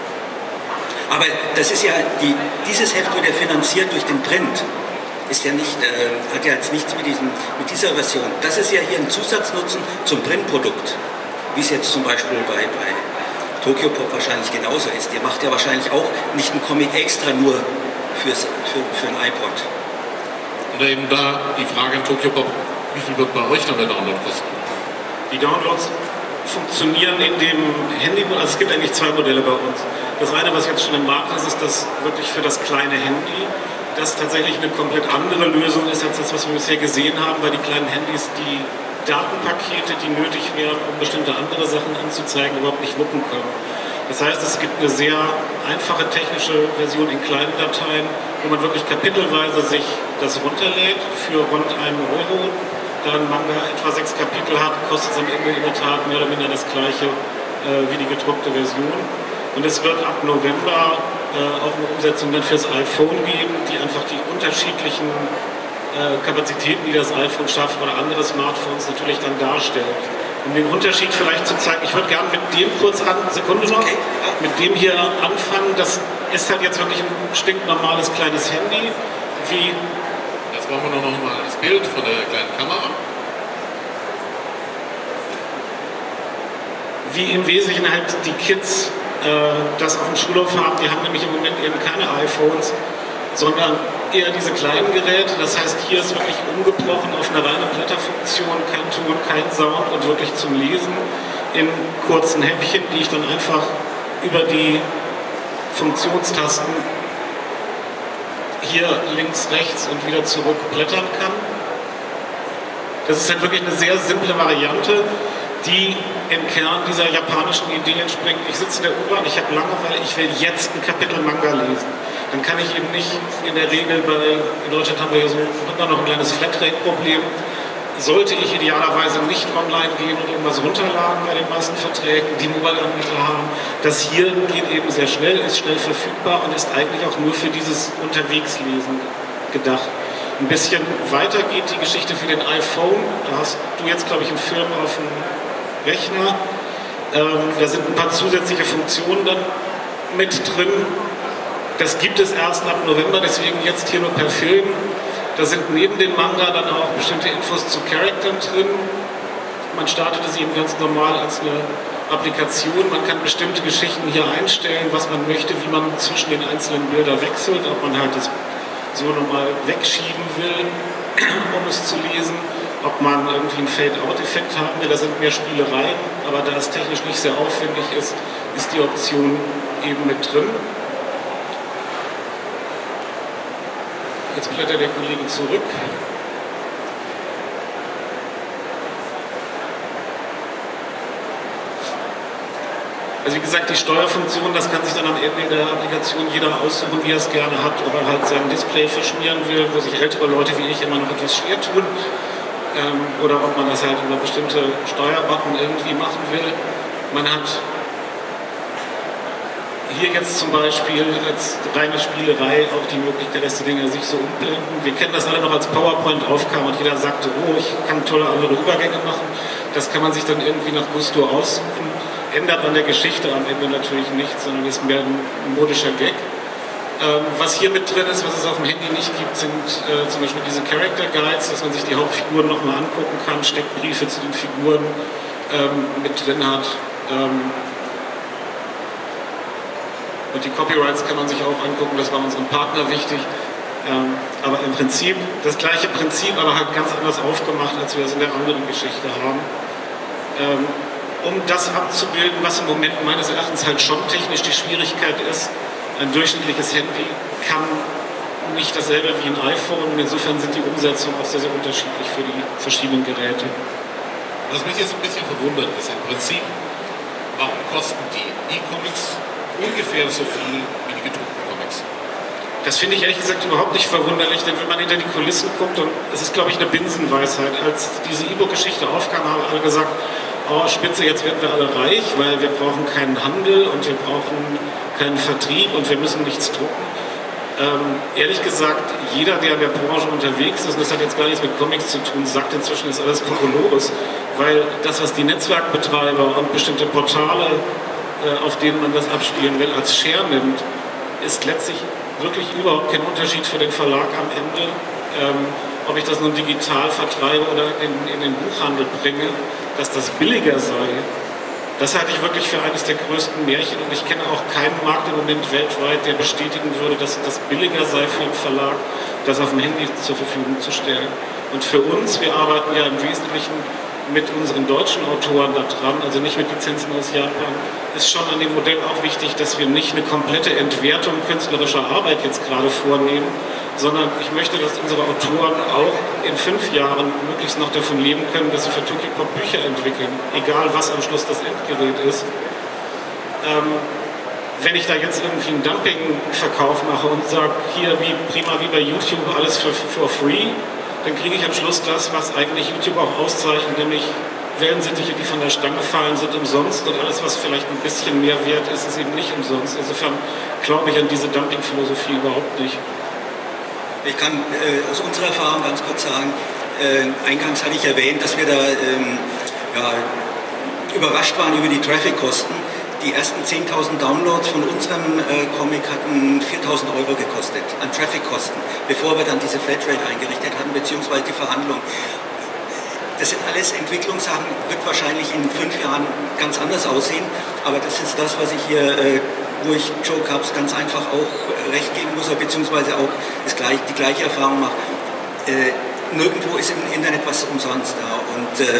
Aber das ist ja, die, dieses Heft wird ja finanziert durch den Print. Ist ja nicht, äh, hat ja jetzt nichts mit, diesem, mit dieser Version. Das ist ja hier ein Zusatznutzen zum Printprodukt. Wie es jetzt zum Beispiel bei, bei Tokyopop wahrscheinlich genauso ist. Ihr macht ja wahrscheinlich auch nicht einen Comic extra nur fürs, für, für ein iPod. Oder eben da die Frage an Tokyopop, wie viel wird bei euch dann der Download kosten? Die Downloads funktionieren in dem Handy, also es gibt eigentlich zwei Modelle bei uns. Das eine, was jetzt schon im Markt ist, ist das wirklich für das kleine Handy. das tatsächlich eine komplett andere Lösung ist als das, was wir bisher gesehen haben, weil die kleinen Handys die Datenpakete, die nötig wären, um bestimmte andere Sachen anzuzeigen, überhaupt nicht wuppen können. Das heißt, es gibt eine sehr einfache technische Version in kleinen Dateien, wo man wirklich kapitelweise sich das runterlädt für rund einen Euro. Da ein Manga etwa sechs Kapitel hat, kostet es am Ende in der Tat mehr oder minder das gleiche äh, wie die gedruckte Version. Und es wird ab November äh, auch eine Umsetzung dann fürs iPhone geben, die einfach die unterschiedlichen äh, Kapazitäten, die das iPhone schafft oder andere Smartphones natürlich dann darstellt. Um den Unterschied vielleicht zu zeigen, ich würde gerne mit dem kurz an, Sekunde noch, mit dem hier anfangen. Das ist halt jetzt wirklich ein stinknormales kleines Handy, wie... Jetzt machen wir noch mal das Bild von der kleinen Kamera. Wie im Wesentlichen halt die Kids äh, das auf dem Schulhof haben. Die haben nämlich im Moment eben keine iPhones, sondern eher diese kleinen Geräte. Das heißt, hier ist wirklich umgebrochen auf eine reine Blätterfunktion, kein Ton, kein Sound und wirklich zum Lesen in kurzen Häppchen, die ich dann einfach über die Funktionstasten hier links, rechts und wieder zurück blättern kann. Das ist halt wirklich eine sehr simple Variante, die im Kern dieser japanischen Idee entspringt. Ich sitze in der U-Bahn, ich habe Langeweile, ich will jetzt ein Kapitel Manga lesen. Dann kann ich eben nicht in der Regel, bei, in Deutschland haben wir ja so immer noch ein kleines Flatrate-Problem, sollte ich idealerweise nicht online gehen und irgendwas runterladen bei den meisten Verträgen, die Mobile-Anbieter haben. Das hier geht eben sehr schnell, ist schnell verfügbar und ist eigentlich auch nur für dieses Unterwegslesen gedacht. Ein bisschen weiter geht die Geschichte für den iPhone. Da hast du jetzt, glaube ich, einen Film auf dem Rechner. Ähm, da sind ein paar zusätzliche Funktionen dann mit drin. Das gibt es erst ab November, deswegen jetzt hier nur per Film. Da sind neben dem Manga dann auch bestimmte Infos zu Charaktern drin. Man startet es eben ganz normal als eine Applikation. Man kann bestimmte Geschichten hier einstellen, was man möchte, wie man zwischen den einzelnen Bildern wechselt, ob man halt das so nochmal wegschieben will, um es zu lesen, ob man irgendwie einen Fade-Out-Effekt haben will. Da sind mehr Spielereien, aber da es technisch nicht sehr aufwendig ist, ist die Option eben mit drin. Jetzt blättert der Kollege zurück. Also wie gesagt, die Steuerfunktion, das kann sich dann am Ende der Applikation jeder aussuchen, wie er es gerne hat, ob er halt sein Display verschmieren will, wo sich ältere Leute wie ich immer noch etwas schwer tun, ähm, oder ob man das halt über bestimmte Steuerbutton irgendwie machen will. Man hat hier jetzt zum Beispiel als reine Spielerei auch die Möglichkeit, dass die Dinge sich so umblenden. Wir kennen das alle noch, als PowerPoint aufkam und jeder sagte, oh, ich kann tolle andere Übergänge machen. Das kann man sich dann irgendwie nach Gusto aussuchen. Ändert an der Geschichte am Ende natürlich nichts, sondern ist mehr ein modischer Gag. Ähm, was hier mit drin ist, was es auf dem Handy nicht gibt, sind äh, zum Beispiel diese Character Guides, dass man sich die Hauptfiguren nochmal angucken kann, Steckbriefe zu den Figuren ähm, mit drin hat. Ähm, Und die Copyrights kann man sich auch angucken, das war unserem Partner wichtig. Ähm, aber im Prinzip das gleiche Prinzip, aber halt ganz anders aufgemacht, als wir es in der anderen Geschichte haben. Ähm, um das abzubilden, was im Moment meines Erachtens halt schon technisch die Schwierigkeit ist, ein durchschnittliches Handy kann nicht dasselbe wie ein iPhone und insofern sind die Umsetzungen auch sehr, sehr unterschiedlich für die verschiedenen Geräte. Was mich jetzt ein bisschen verwundert ist, im Prinzip, warum kosten die E-Comics ungefähr so viel wie die gedruckten Comics? Das finde ich ehrlich gesagt überhaupt nicht verwunderlich, denn wenn man hinter die Kulissen guckt, und es ist, glaube ich, eine Binsenweisheit, als diese E-Book-Geschichte aufkam, haben alle gesagt, oh Spitze, jetzt werden wir alle reich, weil wir brauchen keinen Handel und wir brauchen keinen Vertrieb und wir müssen nichts drucken. Ähm, ehrlich gesagt, jeder, der in der Branche unterwegs ist, und das hat jetzt gar nichts mit Comics zu tun, sagt inzwischen, ist alles Kokolores, weil das, was die Netzwerkbetreiber und bestimmte Portale, äh, auf denen man das abspielen will, als Share nimmt, ist letztlich wirklich überhaupt kein Unterschied für den Verlag am Ende, ähm, ob ich das nun digital vertreibe oder in, in den Buchhandel bringe, dass das billiger sei. Das halte ich wirklich für eines der größten Märchen und ich kenne auch keinen Markt im Moment weltweit, der bestätigen würde, dass das billiger sei für einen Verlag, das auf dem Handy zur Verfügung zu stellen. Und für uns, wir arbeiten ja im Wesentlichen mit unseren deutschen Autoren da dran, also nicht mit Lizenzen aus Japan, ist schon an dem Modell auch wichtig, dass wir nicht eine komplette Entwertung künstlerischer Arbeit jetzt gerade vornehmen, sondern ich möchte, dass unsere Autoren auch in fünf Jahren möglichst noch davon leben können, dass sie für Tokyopop Bücher entwickeln, egal was am Schluss das Endgerät ist. Ähm, wenn ich da jetzt irgendwie einen Dumping-Verkauf mache und sage, hier wie prima wie bei YouTube alles für for free, dann kriege ich am Schluss das, was eigentlich YouTube auch auszeichnet, nämlich Wellensittiche, die von der Stange fallen, sind umsonst und alles, was vielleicht ein bisschen mehr wert ist, ist eben nicht umsonst. Insofern glaube ich an diese Dumping-Philosophie überhaupt nicht. Ich kann äh, aus unserer Erfahrung ganz kurz sagen, äh, eingangs hatte ich erwähnt, dass wir da ähm, ja, überrascht waren über die Traffic-Kosten. Die ersten zehntausend Downloads von unserem äh, Comic hatten viertausend Euro gekostet an Traffic-Kosten, bevor wir dann diese Flatrate eingerichtet hatten, beziehungsweise die Verhandlung. Das sind alles Entwicklungssachen, wird wahrscheinlich in fünf Jahren ganz anders aussehen, aber das ist das, was ich hier, äh, wo ich Joe Cubs ganz einfach auch äh, recht geben muss, beziehungsweise auch das gleich, die gleiche Erfahrung mache. Äh, nirgendwo ist im Internet was umsonst da und äh,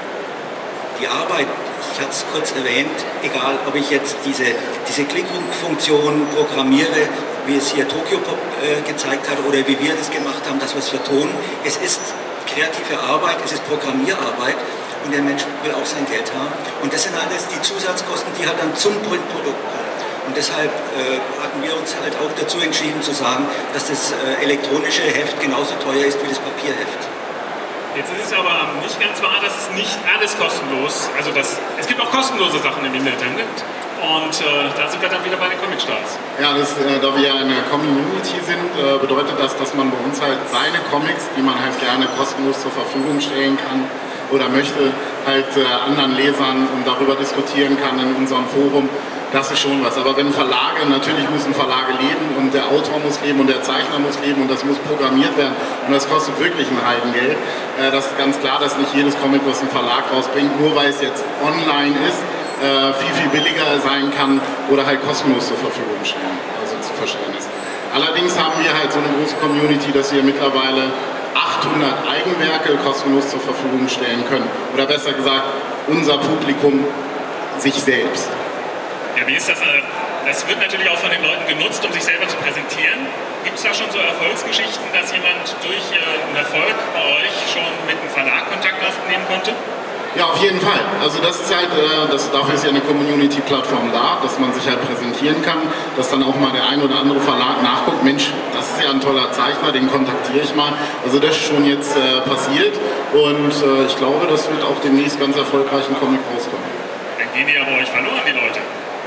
die Arbeit, ich hatte es kurz erwähnt, egal ob ich jetzt diese, diese Klickfunktion programmiere, wie es hier Tokyopop äh, gezeigt hat oder wie wir das gemacht haben, dass wir es vertonen, es ist kreative Arbeit, es ist Programmierarbeit und der Mensch will auch sein Geld haben. Und das sind alles die Zusatzkosten, die halt dann zum Printprodukt kommen. Und deshalb äh, hatten wir uns halt auch dazu entschieden zu sagen, dass das äh, elektronische Heft genauso teuer ist wie das Papierheft. Jetzt ist es aber nicht ganz wahr, dass es nicht alles kostenlos, also das, es gibt auch kostenlose Sachen im Internet. Und äh, da sind wir dann wieder bei den Comic-Stars. Ja, das, äh, da wir ja eine Community sind, äh, bedeutet das, dass man bei uns halt seine Comics, die man halt gerne kostenlos zur Verfügung stellen kann oder möchte, halt äh, anderen Lesern und darüber diskutieren kann in unserem Forum. Das ist schon was. Aber wenn Verlage, natürlich müssen Verlage leben und der Autor muss leben und der Zeichner muss leben und das muss programmiert werden und das kostet wirklich ein Heidengeld. Äh, das ist ganz klar, dass nicht jedes Comic, was ein Verlag rausbringt, nur weil es jetzt online ist, Äh, viel, viel billiger sein kann oder halt kostenlos zur Verfügung stehen, also zu verstehen ist. Allerdings haben wir halt so eine große Community, dass wir mittlerweile achthundert Eigenwerke kostenlos zur Verfügung stellen können. Oder besser gesagt, unser Publikum sich selbst. Ja, wie ist das? Das wird natürlich auch von den Leuten genutzt, um sich selber zu präsentieren. Gibt es da schon so Erfolgsgeschichten, dass jemand durch einen Erfolg bei euch schon mit einem Verlag Kontakt aufnehmen konnte? Ja, auf jeden Fall. Also das ist halt, äh, das, dafür ist ja eine Community-Plattform da, dass man sich halt präsentieren kann, dass dann auch mal der ein oder andere Verlag nachguckt, Mensch, das ist ja ein toller Zeichner, den kontaktiere ich mal. Also das ist schon jetzt äh, passiert und äh, ich glaube, das wird auch demnächst ganz erfolgreich ein Comic rauskommen. Dann gehen die aber euch verloren, die Leute.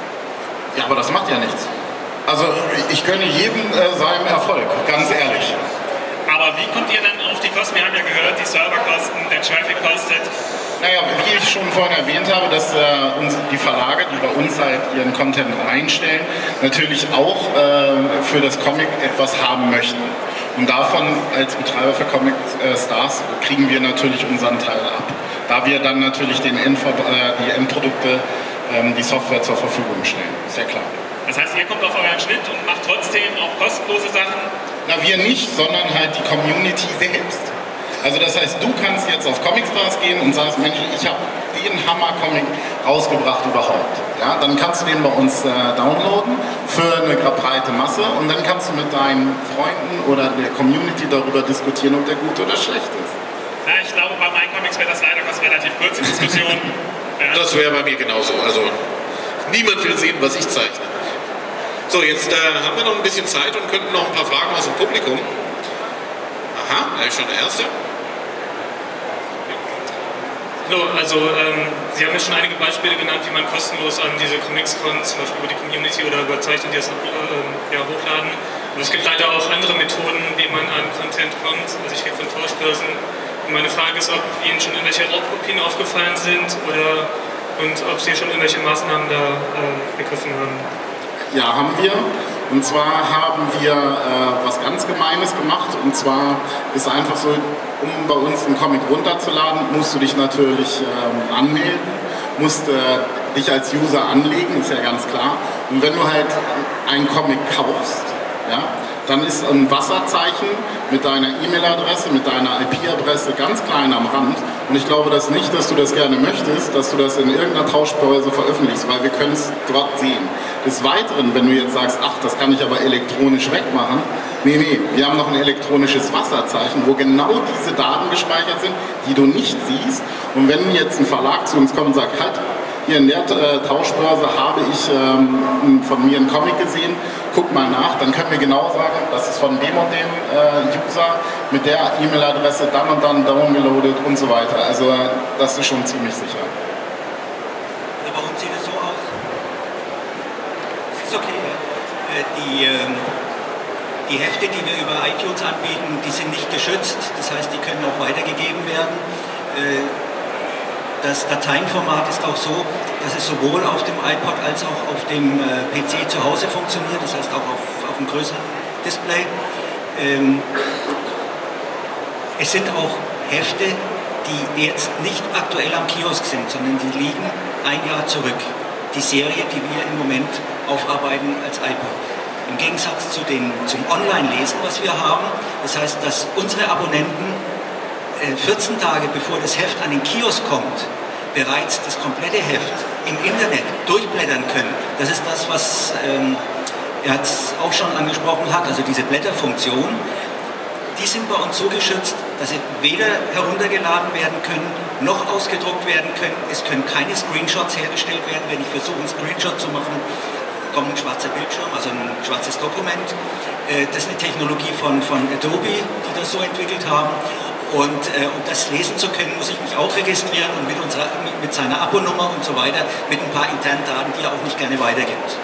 Ja, aber das macht ja nichts. Also ich gönne jedem äh, seinen Erfolg, ganz ehrlich. Aber wie kommt ihr dann auf die Kosten? Wir haben ja gehört, die Serverkosten, der Traffic kostet. Naja, wie ich schon vorhin erwähnt habe, dass äh, uns, die Verlage, die bei uns halt ihren Content reinstellen, natürlich auch äh, für das Comic etwas haben möchten. Und davon als Betreiber für Comic äh, Stars kriegen wir natürlich unseren Teil ab. Da wir dann natürlich den Endver äh, die Endprodukte, ähm, die Software zur Verfügung stellen. Ist ja klar. Das heißt, ihr kommt auf euren Schnitt und macht trotzdem auch kostenlose Sachen? Na, wir nicht, sondern halt die Community selbst. Also das heißt, du kannst jetzt auf Comic Stars gehen und sagst, Mensch, ich habe den Hammer-Comic rausgebracht überhaupt. Ja, dann kannst du den bei uns äh, downloaden für eine breite Masse und dann kannst du mit deinen Freunden oder der Community darüber diskutieren, ob der gut oder schlecht ist. Ja, ich glaube, bei meinen Comics wäre das leider was relativ kurze Diskussion. Ja. Das wäre bei mir genauso. Also niemand will sehen, was ich zeichne. So, jetzt äh, haben wir noch ein bisschen Zeit und könnten noch ein paar Fragen aus dem Publikum. Aha, da ist schon der Erste. Hallo, also ähm, Sie haben ja schon einige Beispiele genannt, wie man kostenlos an diese Comics kommt, zum Beispiel über die Community oder über Zeichner, die das äh, ja, hochladen. Und es gibt leider auch andere Methoden, wie man an Content kommt. Also ich rede von Tauschbörsen. Und meine Frage ist, ob Ihnen schon irgendwelche Raubkopien aufgefallen sind oder und ob Sie schon irgendwelche Maßnahmen da äh, begriffen haben. Ja, haben wir. Und zwar haben wir äh, was ganz Gemeines gemacht. Und zwar ist einfach so, um bei uns einen Comic runterzuladen, musst du dich natürlich ähm, anmelden, musst äh, dich als User anlegen, ist ja ganz klar. Und wenn du halt einen Comic kaufst, ja, dann ist ein Wasserzeichen mit deiner E-Mail-Adresse, mit deiner I P-Adresse ganz klein am Rand. Und ich glaube das nicht, dass du das gerne möchtest, dass du das in irgendeiner Tauschbörse veröffentlichst, weil wir können es dort sehen. Des Weiteren, wenn du jetzt sagst, ach, das kann ich aber elektronisch wegmachen, nee, nee, wir haben noch ein elektronisches Wasserzeichen, wo genau diese Daten gespeichert sind, die du nicht siehst. Und wenn jetzt ein Verlag zu uns kommt und sagt, halt, hier in der äh, Tauschbörse habe ich ähm, von mir einen Comic gesehen, guck mal nach, dann können wir genau sagen, das ist von dem und dem äh, User mit der E-Mail-Adresse dann und dann downgeloadet und so weiter. Also das ist schon ziemlich sicher. Also bei uns sieht es so aus. Es ist okay. Äh, die, ähm, die Hefte, die wir über iTunes anbieten, die sind nicht geschützt. Das heißt, die können auch weitergegeben werden. Äh, Das Dateienformat ist auch so, dass es sowohl auf dem iPod als auch auf dem äh, P C zu Hause funktioniert, das heißt auch auf, auf einem größeren Display. Ähm, es sind auch Hefte, die jetzt nicht aktuell am Kiosk sind, sondern die liegen ein Jahr zurück. Die Serie, die wir im Moment aufarbeiten als iPod. Im Gegensatz zu den, zum Online-Lesen, was wir haben, das heißt, dass unsere Abonnenten vierzehn Tage bevor das Heft an den Kiosk kommt, bereits das komplette Heft im Internet durchblättern können. Das ist das, was ähm, er hat auch schon angesprochen hat, also diese Blätterfunktion. Die sind bei uns so geschützt, dass sie weder heruntergeladen werden können, noch ausgedruckt werden können. Es können keine Screenshots hergestellt werden. Wenn ich versuche, einen Screenshot zu machen, kommt ein schwarzer Bildschirm, also ein schwarzes Dokument. Äh, das ist eine Technologie von, von Adobe, die das so entwickelt haben. Und äh, um das lesen zu können, muss ich mich auch registrieren und mit, unserer, mit, mit seiner Abonnummer und so weiter, mit ein paar internen Daten, die er auch nicht gerne weitergibt.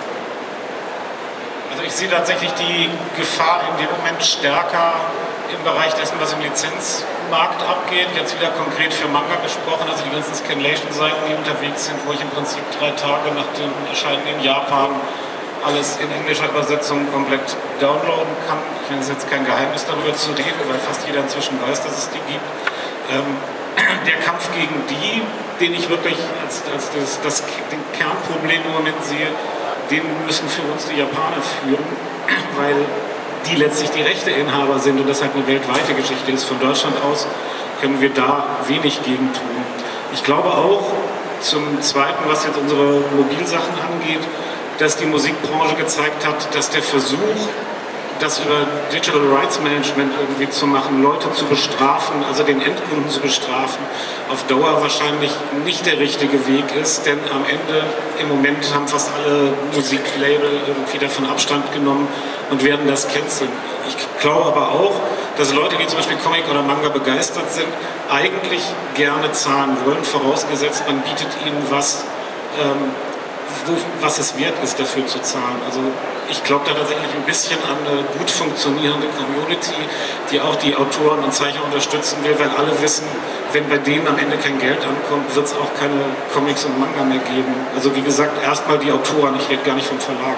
Also ich sehe tatsächlich die Gefahr in dem Moment stärker im Bereich dessen, was im Lizenzmarkt abgeht. Jetzt wieder konkret für Manga gesprochen, also die ganzen Scanlation-Seiten, die unterwegs sind, wo ich im Prinzip drei Tage nach dem Erscheinen in Japan alles in englischer Übersetzung komplett downloaden kann. Ich finde es jetzt kein Geheimnis, darüber zu reden, weil fast jeder inzwischen weiß, dass es die gibt. Ähm, der Kampf gegen die, den ich wirklich als, als das, das den Kernproblem im Moment sehe, den müssen für uns die Japaner führen, weil die letztlich die Rechteinhaber sind und das halt eine weltweite Geschichte ist. Von Deutschland aus können wir da wenig gegen tun. Ich glaube auch, zum Zweiten, was jetzt unsere Mobilsachen angeht, dass die Musikbranche gezeigt hat, dass der Versuch, das über Digital Rights Management irgendwie zu machen, Leute zu bestrafen, also den Endkunden zu bestrafen, auf Dauer wahrscheinlich nicht der richtige Weg ist, denn am Ende, im Moment haben fast alle Musiklabel irgendwie davon Abstand genommen und werden das canceln. Ich glaube aber auch, dass Leute, die zum Beispiel Comic oder Manga begeistert sind, eigentlich gerne zahlen wollen, vorausgesetzt, man bietet ihnen was, ähm, Wo, was es wert ist, dafür zu zahlen. Also ich glaube da tatsächlich ein bisschen an eine gut funktionierende Community, die auch die Autoren und Zeichner unterstützen will, weil alle wissen, wenn bei denen am Ende kein Geld ankommt, wird es auch keine Comics und Manga mehr geben. Also wie gesagt, erstmal die Autoren, ich rede gar nicht vom Verlag.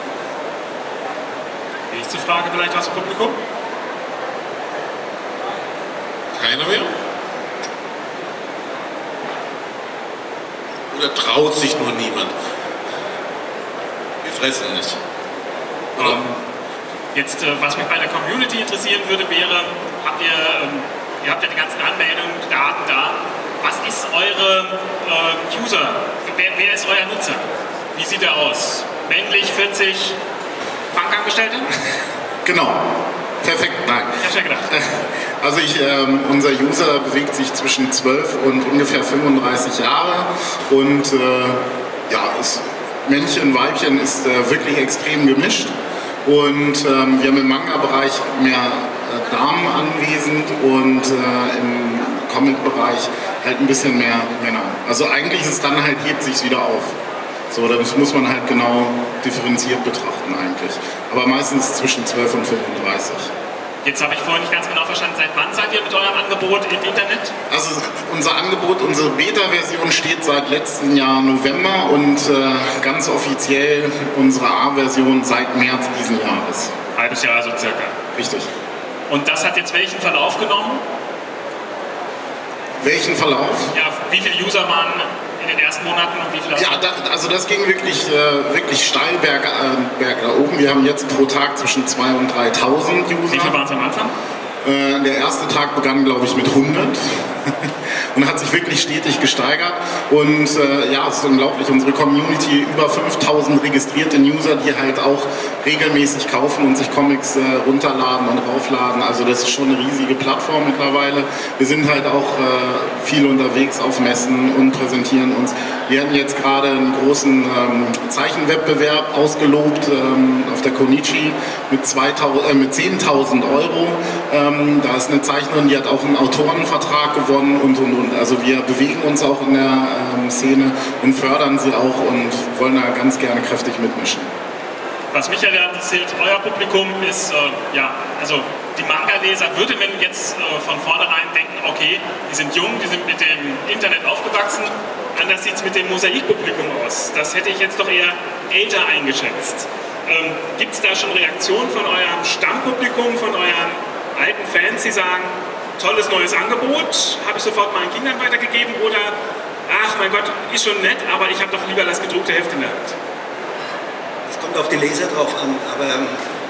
Nächste Frage vielleicht aus dem Publikum? Keiner mehr? Oder traut sich nur niemand? Wir fressen nicht. Ähm, jetzt, äh, was mich bei der Community interessieren würde, wäre, habt ihr, ähm, ihr habt ja die ganzen Anmeldungen, Daten da. Was ist eure äh, User? Wer, wer ist euer Nutzer? Wie sieht er aus? Männlich, vierzig, Bankangestellte? Genau. Perfekt, nein. Ich hab's ja gedacht. Also ich, ähm, unser User bewegt sich zwischen zwölf und ungefähr fünfunddreißig Jahre und äh, ja, ist, Männchen, Weibchen ist äh, wirklich extrem gemischt und ähm, wir haben im Manga-Bereich mehr äh, Damen anwesend und äh, im Comic-Bereich halt ein bisschen mehr Männer. Also eigentlich ist es dann halt, hebt sich wieder auf. So, das muss man halt genau differenziert betrachten eigentlich. Aber meistens zwischen zwölf und fünfunddreißig. Jetzt habe ich vorhin nicht ganz genau verstanden, seit wann seid ihr mit eurem Angebot im Internet? Also unser Angebot, unsere Beta-Version steht seit letztem Jahr November und äh, ganz offiziell unsere A-Version seit März diesen Jahres. Halbes Jahr so circa. Richtig. Und das hat jetzt welchen Verlauf genommen? Welchen Verlauf? Ja, wie viele User waren in den ersten Monaten und wie viele? Ja, da, also das ging wirklich, äh, wirklich steil berg, äh, berg da oben. Wir haben jetzt pro Tag zwischen zweitausend und dreitausend User. Wie viele waren es am Anfang? Äh, der erste Tag begann, glaube ich, mit hundert. und hat sich wirklich stetig gesteigert. Und äh, ja, es ist unglaublich, unsere Community, über fünftausend registrierte User, die halt auch regelmäßig kaufen und sich Comics äh, runterladen und raufladen. Also das ist schon eine riesige Plattform mittlerweile. Wir sind halt auch äh, viel unterwegs auf Messen und präsentieren uns. Wir hatten jetzt gerade einen großen ähm, Zeichenwettbewerb ausgelobt ähm, auf der Konichi mit, zweitausend, äh, mit zehntausend Euro. Ähm, da ist eine Zeichnerin, die hat auch einen Autorenvertrag gewonnen und und und. Also wir bewegen uns auch in der ähm, Szene und fördern sie auch und wollen da ganz gerne kräftig mitmischen. Was mich ja interessiert, euer Publikum ist, äh, ja, also die Manga-Leser, würde man jetzt äh, von vornherein denken, okay, die sind jung, die sind mit dem Internet aufgewachsen, anders sieht es mit dem Mosaik-Publikum aus. Das hätte ich jetzt doch eher älter eingeschätzt. Ähm, Gibt es da schon Reaktionen von eurem Stammpublikum, von euren alten Fans, die sagen, tolles neues Angebot, habe ich sofort meinen Kindern weitergegeben oder, ach mein Gott, ist schon nett, aber ich habe doch lieber das gedruckte Heft in der Hand? Es kommt auf die Leser drauf an, aber ähm,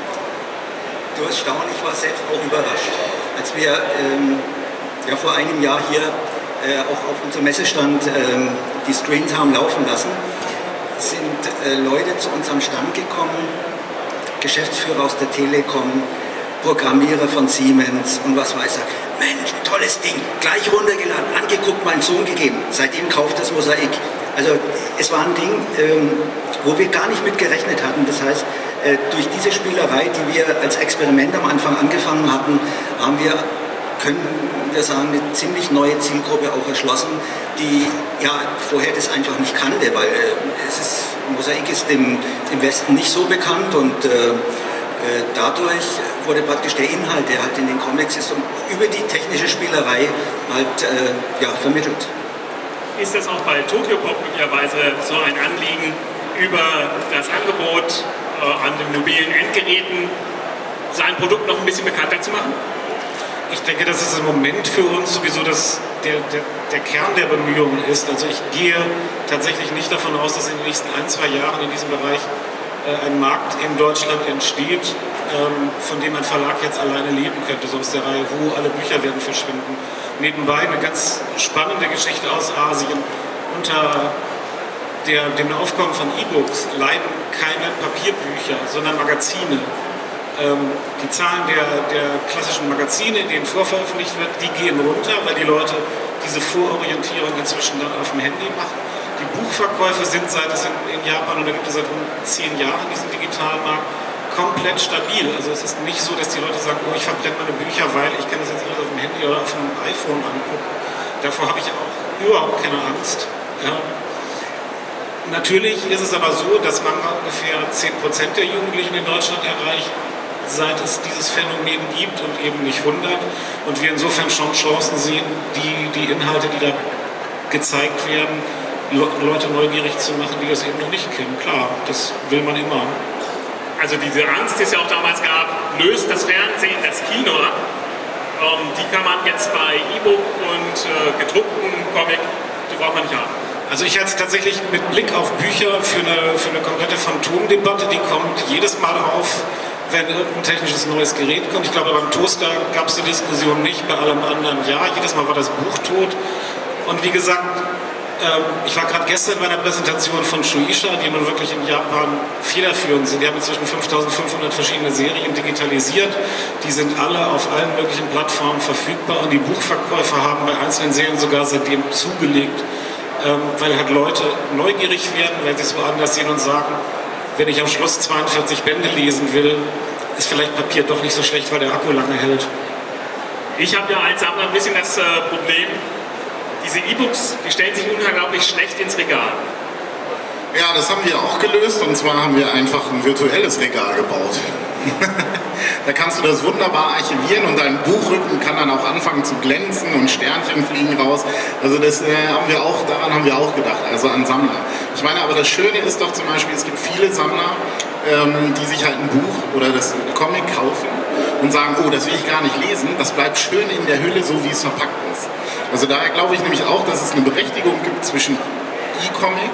du erstaunt, ich war selbst auch überrascht. Als wir ähm, ja, vor einem Jahr hier äh, auch auf unserem Messestand ähm, die Screens haben laufen lassen, sind äh, Leute zu uns am Stand gekommen, Geschäftsführer aus der Telekom, Programmierer von Siemens und was weiß er. Mensch, tolles Ding, gleich runtergeladen, angeguckt, meinen Sohn gegeben. Seitdem kauft das Mosaik. Also es war ein Ding, ähm, wo wir gar nicht mit gerechnet hatten. Das heißt, äh, durch diese Spielerei, die wir als Experiment am Anfang angefangen hatten, haben wir, können wir sagen, eine ziemlich neue Zielgruppe auch erschlossen, die ja vorher das einfach nicht kannte, weil äh, es ist, Mosaik ist im, im Westen nicht so bekannt und äh, dadurch wurde praktisch der Inhalt, der halt in den Comics ist, und über die technische Spielerei halt äh, ja, vermittelt. Ist das auch bei Tokyopop möglicherweise so ein Anliegen, über das Angebot äh, an den mobilen Endgeräten sein Produkt noch ein bisschen bekannter zu machen? Ich denke, dass es im Moment für uns sowieso das, der, der, der Kern der Bemühungen ist. Also ich gehe tatsächlich nicht davon aus, dass in den nächsten ein, zwei Jahren in diesem Bereich ein Markt in Deutschland entsteht, von dem ein Verlag jetzt alleine leben könnte, so aus der Reihe, wo alle Bücher werden verschwinden. Nebenbei eine ganz spannende Geschichte aus Asien. Unter der, dem Aufkommen von E-Books leiden keine Papierbücher, sondern Magazine. Die Zahlen der, der klassischen Magazine, in denen vorveröffentlicht wird, die gehen runter, weil die Leute diese Vororientierung inzwischen dann auf dem Handy machen. Die Buchverkäufe sind seit es in, in Japan, und da gibt es seit rund zehn Jahren diesen Digitalmarkt, komplett stabil. Also es ist nicht so, dass die Leute sagen, oh, ich verbrenne meine Bücher, weil ich kann das jetzt alles auf dem Handy oder auf dem iPhone angucken. Davor habe ich auch überhaupt keine Angst. Ja. Natürlich ist es aber so, dass Manga ungefähr zehn Prozent der Jugendlichen in Deutschland erreicht, seit es dieses Phänomen gibt und eben nicht hundert. Und wir insofern schon Chancen sehen, die, die Inhalte, die da gezeigt werden, Leute neugierig zu machen, die das eben noch nicht kennen. Klar, das will man immer. Also diese Angst, die es ja auch damals gab, löst das Fernsehen das Kino ab. Ähm, die kann man jetzt bei E-Book und äh, gedruckten Comic, die braucht man nicht haben. Also ich halte es tatsächlich mit Blick auf Bücher für eine, für eine komplette Phantomdebatte, die kommt jedes Mal auf, wenn irgendein technisches neues Gerät kommt. Ich glaube, beim Toaster gab es die Diskussion nicht, bei allem anderen ja. Jedes Mal war das Buch tot. Und wie gesagt, ich war gerade gestern bei einer Präsentation von Shueisha, die nun wirklich in Japan federführend sind. Die haben inzwischen fünftausendfünfhundert verschiedene Serien digitalisiert. Die sind alle auf allen möglichen Plattformen verfügbar und die Buchverkäufer haben bei einzelnen Serien sogar seitdem zugelegt, weil halt Leute neugierig werden, weil sie es woanders sehen und sagen, wenn ich am Schluss zweiundvierzig Bände lesen will, ist vielleicht Papier doch nicht so schlecht, weil der Akku lange hält. Ich habe ja als Sammler ein bisschen das äh, Problem, diese E-Books, die stellen sich unglaublich schlecht ins Regal. Ja, das haben wir auch gelöst, und zwar haben wir einfach ein virtuelles Regal gebaut. Da kannst du das wunderbar archivieren und dein Buchrücken kann dann auch anfangen zu glänzen und Sternchen fliegen raus. Also das äh, haben wir auch, daran haben wir auch gedacht, also an Sammler. Ich meine, aber das Schöne ist doch zum Beispiel, es gibt viele Sammler, ähm, die sich halt ein Buch oder das Comic kaufen und sagen, oh, das will ich gar nicht lesen, das bleibt schön in der Hülle, so wie es verpackt ist. Also daher glaube ich nämlich auch, dass es eine Berechtigung gibt zwischen E-Comic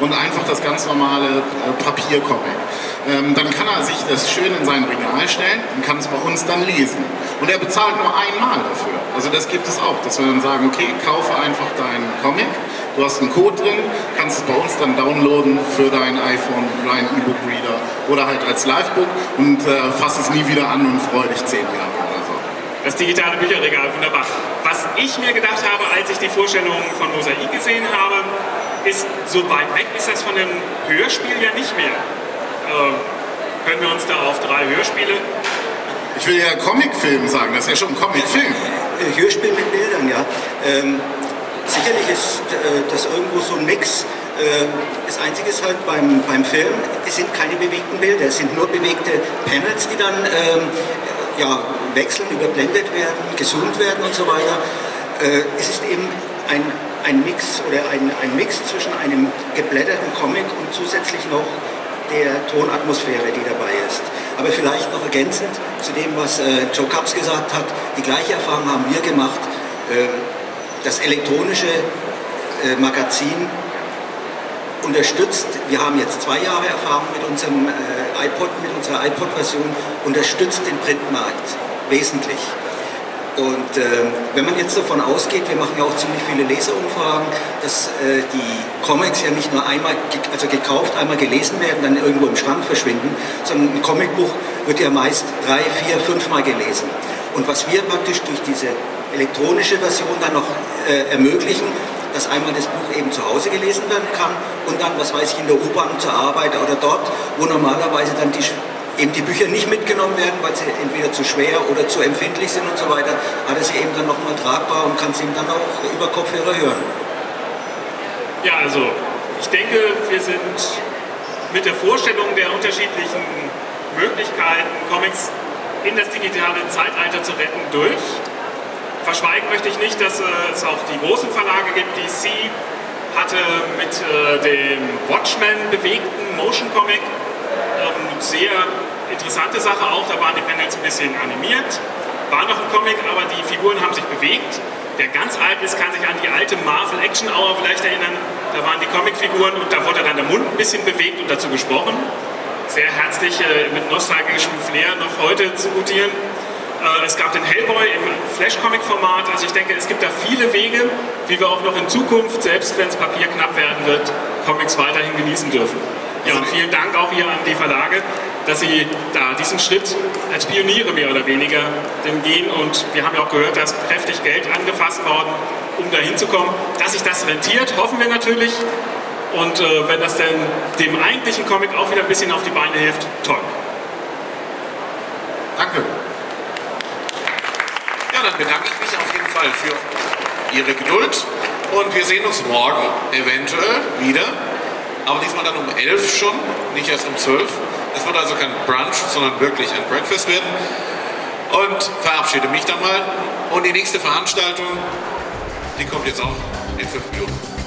und einfach das ganz normale äh, Papiercomic. Ähm, dann kann er sich das schön in sein Regal stellen und kann es bei uns dann lesen. Und er bezahlt nur einmal dafür. Also das gibt es auch, dass wir dann sagen, okay, kaufe einfach deinen Comic, du hast einen Code drin, kannst es bei uns dann downloaden für dein iPhone, dein E-Book-Reader oder halt als Livebook und äh, fass es nie wieder an und freu dich zehn Jahre oder so. Das digitale Bücherregal, wunderbar. Was ich mir gedacht habe, als ich die Vorstellung von Mosaik gesehen habe, ist, so weit weg ist das von dem Hörspiel ja nicht mehr. Ähm, können wir uns da auf drei Hörspiele? Ich will ja Comicfilm sagen, das ist ja schon ein Comicfilm. Hörspiel mit Bildern, ja. Ähm, sicherlich ist äh, das irgendwo so ein Mix. Äh, das Einzige ist halt beim, beim Film, es sind keine bewegten Bilder, es sind nur bewegte Panels, die dann ähm, ja, wechseln, überblendet werden, gezoomt werden und so weiter. Äh, es ist eben ein, ein Mix oder ein, ein Mix zwischen einem geblätterten Comic und zusätzlich noch der Tonatmosphäre, die dabei ist. Aber vielleicht noch ergänzend zu dem, was äh, Joe Cubs gesagt hat, die gleiche Erfahrung haben wir gemacht. Äh, das elektronische äh, Magazin unterstützt, wir haben jetzt zwei Jahre Erfahrung mit unserem äh, iPod, mit unserer iPod-Version, unterstützt den Printmarkt wesentlich. Und äh, wenn man jetzt davon ausgeht, wir machen ja auch ziemlich viele Leserumfragen, dass äh, die Comics ja nicht nur einmal ge also gekauft, einmal gelesen werden, dann irgendwo im Schrank verschwinden, sondern ein Comicbuch wird ja meist drei, vier, fünfmal gelesen. Und was wir praktisch durch diese elektronische Version dann noch äh, ermöglichen, dass einmal das Buch eben zu Hause gelesen werden kann und dann, was weiß ich, in der U-Bahn zur Arbeit oder dort, wo normalerweise dann die eben die Bücher nicht mitgenommen werden, weil sie entweder zu schwer oder zu empfindlich sind und so weiter, hat er sie eben dann nochmal tragbar und kann sie eben dann auch über Kopfhörer hören. Ja, also ich denke, wir sind mit der Vorstellung der unterschiedlichen Möglichkeiten, Comics in das digitale Zeitalter zu retten, durch. Verschweigen möchte ich nicht, dass äh, es auch die großen Verlage gibt. D C hatte mit äh, dem Watchmen bewegten Motion Comic ähm, sehr interessante Sache auch, da waren die Panels ein bisschen animiert, war noch ein Comic, aber die Figuren haben sich bewegt. Wer ganz alt ist, kann sich an die alte Marvel Action Hour vielleicht erinnern, da waren die Comicfiguren und da wurde dann der Mund ein bisschen bewegt und dazu gesprochen. Sehr herzlich äh, mit nostalgischem Flair noch heute zu gutieren. Äh, es gab den Hellboy im Flash-Comic-Format, also ich denke, es gibt da viele Wege, wie wir auch noch in Zukunft, selbst wenn es Papier knapp werden wird, Comics weiterhin genießen dürfen. Ja, und vielen Dank auch hier an die Verlage, dass sie da diesen Schritt als Pioniere mehr oder weniger dem gehen. Und wir haben ja auch gehört, da ist kräftig Geld angefasst worden, um da hinzukommen. Dass sich das rentiert, hoffen wir natürlich. Und äh, wenn das denn dem eigentlichen Comic auch wieder ein bisschen auf die Beine hilft, toll. Danke. Ja, dann bedanke ich mich auf jeden Fall für Ihre Geduld. Und wir sehen uns morgen eventuell wieder. Aber diesmal dann um elf schon, nicht erst um zwölf. Es wird also kein Brunch, sondern wirklich ein Breakfast werden. Und verabschiede mich dann mal. Und die nächste Veranstaltung, die kommt jetzt auch in fünf Minuten.